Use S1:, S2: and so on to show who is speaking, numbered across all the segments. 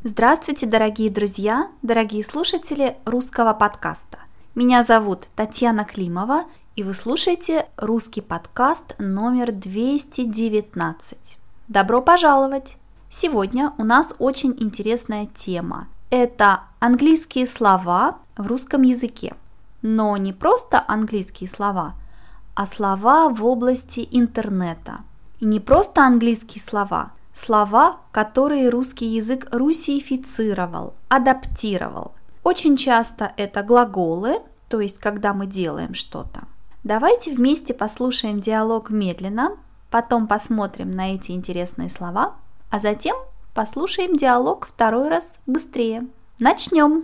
S1: Здравствуйте, дорогие друзья, дорогие слушатели русского подкаста. Меня зовут Татьяна Климова, и вы слушаете русский подкаст номер 219. Добро пожаловать! Сегодня у нас очень интересная тема. Это английские слова в русском языке. Но не просто английские слова, а слова в области интернета. И не просто английские слова, которые русский язык русифицировал, адаптировал. Очень часто это глаголы, то есть когда мы делаем что-то. Давайте вместе послушаем диалог медленно, потом посмотрим на эти интересные слова, а затем послушаем диалог второй раз быстрее. Начнем!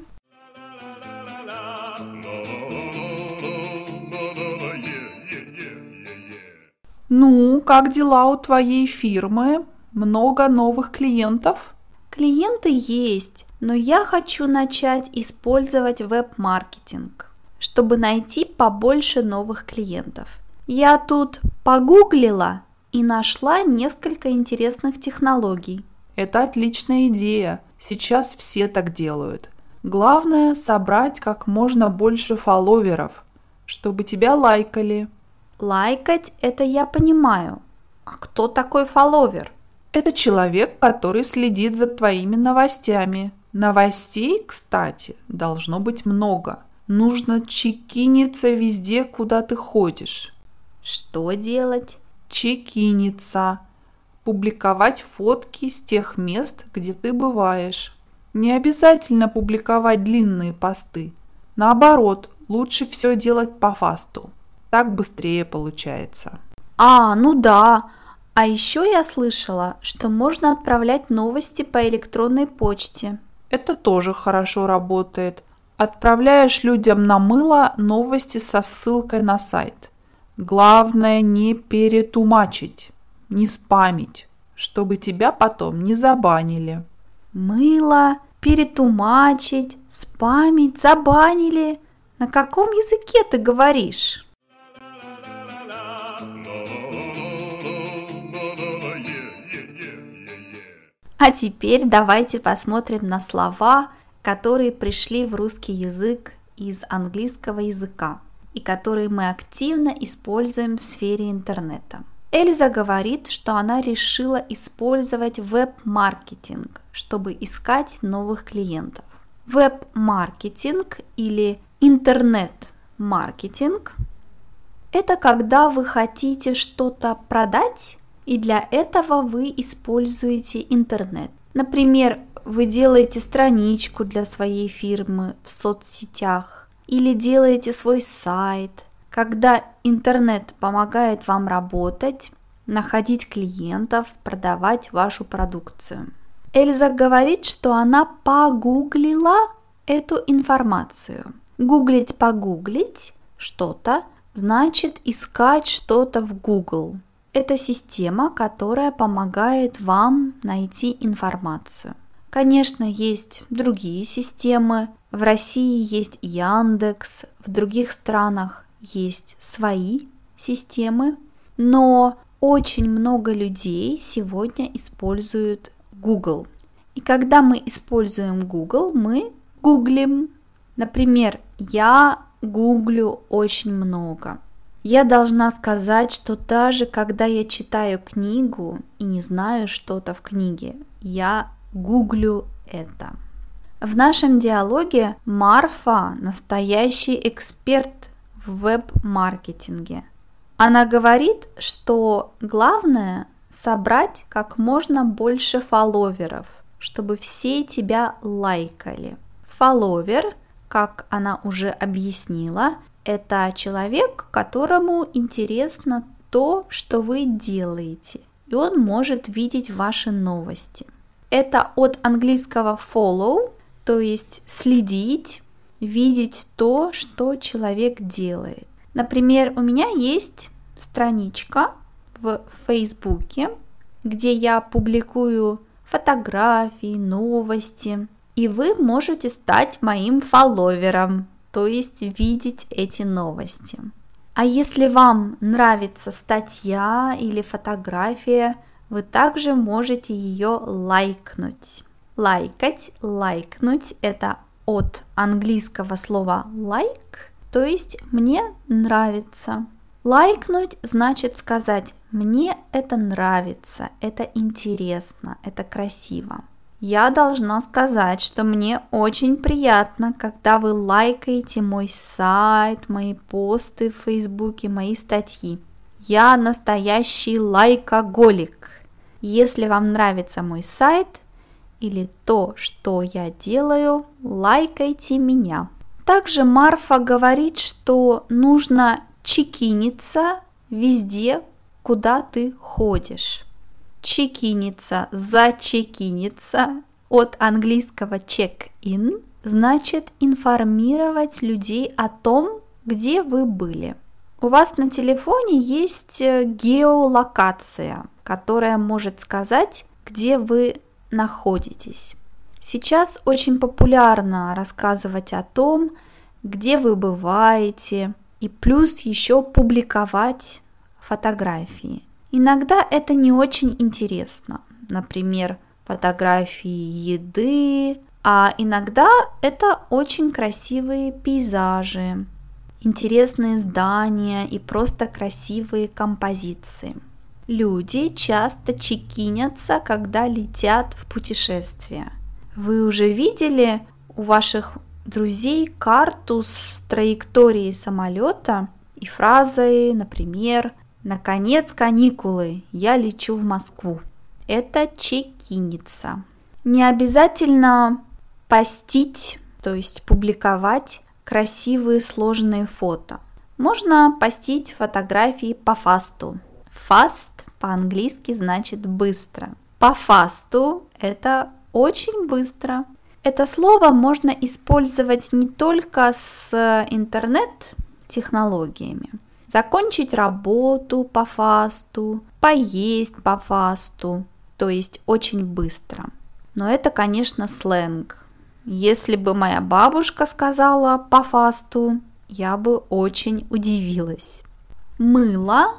S2: Ну, как дела у твоей фирмы? Много новых клиентов?
S1: Клиенты есть, но я хочу начать использовать веб-маркетинг, чтобы найти побольше новых клиентов. Я тут погуглила и нашла несколько интересных технологий.
S2: Это отличная идея. Сейчас все так делают. Главное собрать как можно больше фолловеров, чтобы тебя лайкали.
S1: Лайкать – это я понимаю. А кто такой фолловер?
S2: Это человек, который следит за твоими новостями. Новостей, кстати, должно быть много. Нужно чекиниться везде, куда ты ходишь.
S1: Что делать?
S2: Чекиниться. Публиковать фотки с тех мест, где ты бываешь. Не обязательно публиковать длинные посты. Наоборот, лучше все делать по фасту. Так быстрее получается.
S1: Ну да. А еще я слышала, что можно отправлять новости по электронной почте.
S2: Это тоже хорошо работает. Отправляешь людям на мыло новости со ссылкой на сайт. Главное не перетумачить, не спамить, чтобы тебя потом не забанили.
S1: Мыло, перетумачить, спамить, забанили. На каком языке ты говоришь? А теперь давайте посмотрим на слова, которые пришли в русский язык из английского языка и которые мы активно используем в сфере интернета. Эльза говорит, что она решила использовать веб-маркетинг, чтобы искать новых клиентов. Веб-маркетинг или интернет-маркетинг – это когда вы хотите что-то продать, и для этого вы используете интернет. Например, вы делаете страничку для своей фирмы в соцсетях или делаете свой сайт, когда интернет помогает вам работать, находить клиентов, продавать вашу продукцию. Эльза говорит, что она погуглила эту информацию. Погуглить что-то значит искать что-то в Google. Это система, которая помогает вам найти информацию. Конечно, есть другие системы. В России есть Яндекс, в других странах есть свои системы, но очень много людей сегодня используют Google. И когда мы используем Google, мы гуглим. Например, я гуглю очень много. Я должна сказать, что даже когда я читаю книгу и не знаю что-то в книге, я гуглю это. В нашем диалоге Марфа настоящий эксперт в веб-маркетинге. Она говорит, что главное собрать как можно больше фолловеров, чтобы все тебя лайкали. Фолловер, как она уже объяснила, это человек, которому интересно то, что вы делаете, и он может видеть ваши новости. Это от английского follow, то есть следить, видеть то, что человек делает. Например, у меня есть страничка в Фейсбуке, где я публикую фотографии, новости, и вы можете стать моим фолловером, то есть видеть эти новости. А если вам нравится статья или фотография, вы также можете ее лайкнуть. Лайкать, лайкнуть – это от английского слова like, то есть «мне нравится». Лайкнуть значит сказать «мне это нравится, это интересно, это красиво». Я должна сказать, что мне очень приятно, когда вы лайкаете мой сайт, мои посты в Фейсбуке, мои статьи. Я настоящий лайкоголик. Если вам нравится мой сайт или то, что я делаю, лайкайте меня. Также Марфа говорит, что нужно чекиниться везде, куда ты ходишь. Чекиниться, зачекиниться от английского check-in значит информировать людей о том, где вы были. У вас на телефоне есть геолокация, которая может сказать, где вы находитесь. Сейчас очень популярно рассказывать о том, где вы бываете, и плюс еще публиковать фотографии. Иногда это не очень интересно, например, фотографии еды, а иногда это очень красивые пейзажи, интересные здания и просто красивые композиции. Люди часто чекинятся, когда летят в путешествие. Вы уже видели у ваших друзей карту с траекторией самолета и фразой, например, «Наконец каникулы, я лечу в Москву». Это чекиниться. Не обязательно постить, то есть публиковать красивые сложные фото. Можно постить фотографии по фасту. Fast по-английски значит быстро. По фасту это очень быстро. Это слово можно использовать не только с интернет-технологиями. Закончить работу по фасту, поесть по фасту, то есть очень быстро. Но это, конечно, сленг. Если бы моя бабушка сказала по фасту, я бы очень удивилась. Мыло,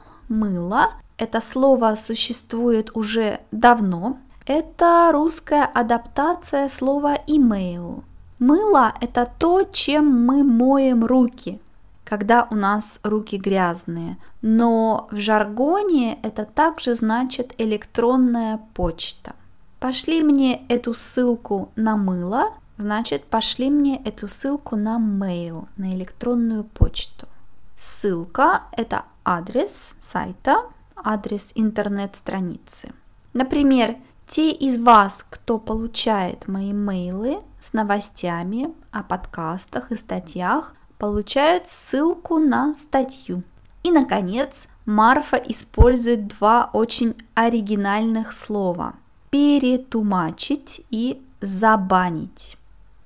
S1: это слово существует уже давно. Это русская адаптация слова email. Мыло – это то, чем мы моем руки, когда у нас руки грязные, но в жаргоне это также значит электронная почта. Пошли мне эту ссылку на мыло, значит пошли мне эту ссылку на mail, на электронную почту. Ссылка – это адрес сайта, адрес интернет-страницы. Например, те из вас, кто получает мои мейлы с новостями о подкастах и статьях, получают ссылку на статью. И, наконец, Марфа использует два очень оригинальных слова – перетумачить и забанить.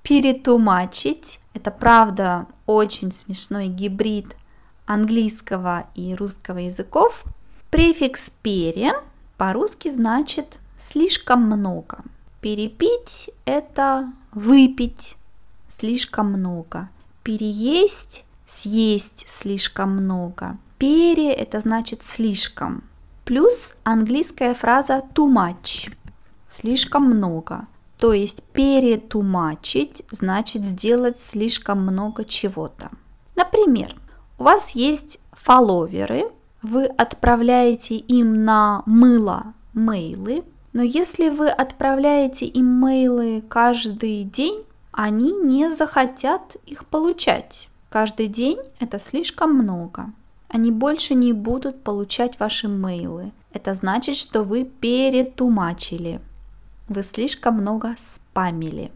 S1: Перетумачить – это, правда, очень смешной гибрид английского и русского языков. Префикс «пере» по-русски значит «слишком много». Перепить – это выпить слишком много. Переесть, съесть слишком много. Пере – это значит слишком. Плюс английская фраза too much – слишком много. То есть перетумачить значит сделать слишком много чего-то. Например, у вас есть фолловеры, вы отправляете им на мыло мейлы, но если вы отправляете им мейлы каждый день, они не захотят их получать. Каждый день это слишком много. Они больше не будут получать ваши мейлы. Это значит, что вы перетумачили. Вы слишком много спамили.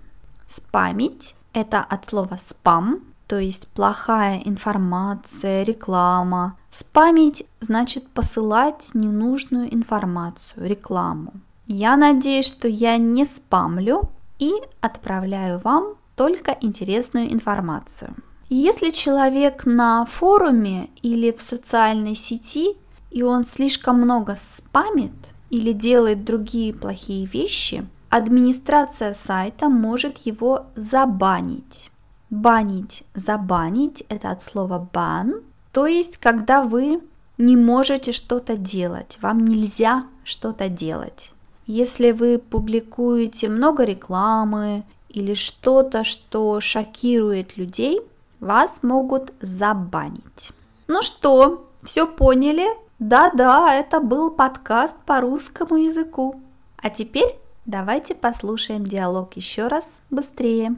S1: Спамить – это от слова спам, то есть плохая информация, реклама. Спамить значит посылать ненужную информацию, рекламу. Я надеюсь, что я не спамлю и отправляю вам только интересную информацию. Если человек на форуме или в социальной сети, и он слишком много спамит или делает другие плохие вещи, администрация сайта может его забанить. Банить, забанить – это от слова ban, то есть когда вы не можете что-то делать, вам нельзя что-то делать. Если вы публикуете много рекламы или что-то, что шокирует людей, вас могут забанить. Ну что, все поняли? Да-да, это был подкаст по русскому языку. А теперь давайте послушаем диалог еще раз быстрее.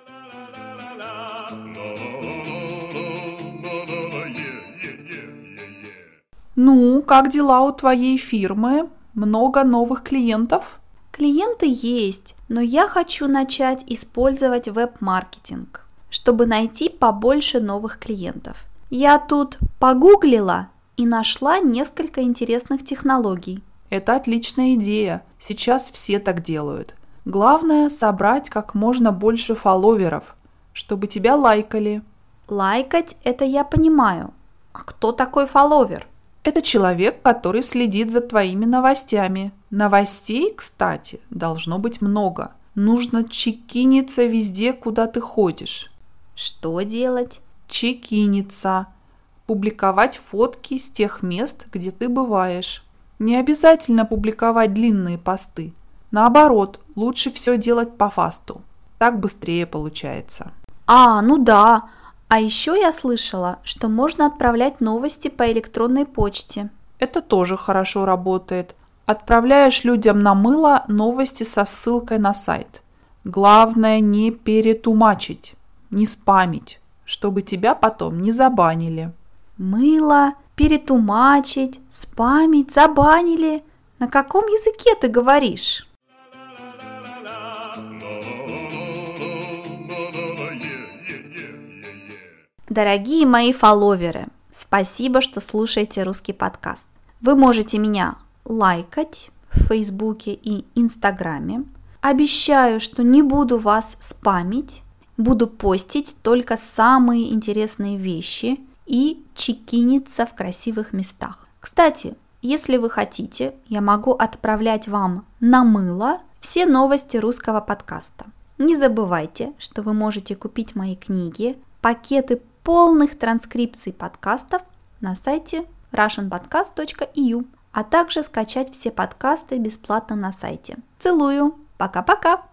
S2: Ну, как дела у твоей фирмы? Много новых клиентов?
S1: Клиенты есть, но я хочу начать использовать веб-маркетинг, чтобы найти побольше новых клиентов. Я тут погуглила и нашла несколько интересных технологий.
S2: Это отличная идея. Сейчас все так делают. Главное собрать как можно больше фолловеров, чтобы тебя лайкали.
S1: Лайкать – это я понимаю. А кто такой фолловер?
S2: Это человек, который следит за твоими новостями. Новостей, кстати, должно быть много. Нужно чекиниться везде, куда ты ходишь.
S1: Что делать?
S2: Чекиниться. Публиковать фотки с тех мест, где ты бываешь. Не обязательно публиковать длинные посты. Наоборот, лучше все делать по фасту. Так быстрее получается.
S1: Ну да. А еще я слышала, что можно отправлять новости по электронной почте.
S2: Это тоже хорошо работает. Отправляешь людям на мыло новости со ссылкой на сайт. Главное не перетумачить, не спамить, чтобы тебя потом не забанили.
S1: Мыло, перетумачить, спамить, забанили. На каком языке ты говоришь? Дорогие мои фолловеры, спасибо, что слушаете русский подкаст. Вы можете меня лайкать в Фейсбуке и Инстаграме. Обещаю, что не буду вас спамить, буду постить только самые интересные вещи и чекиниться в красивых местах. Кстати, если вы хотите, я могу отправлять вам на мыло все новости русского подкаста. Не забывайте, что вы можете купить мои книги, пакеты полных транскрипций подкастов на сайте russianpodcast.eu, а также скачать все подкасты бесплатно на сайте. Целую! Пока-пока!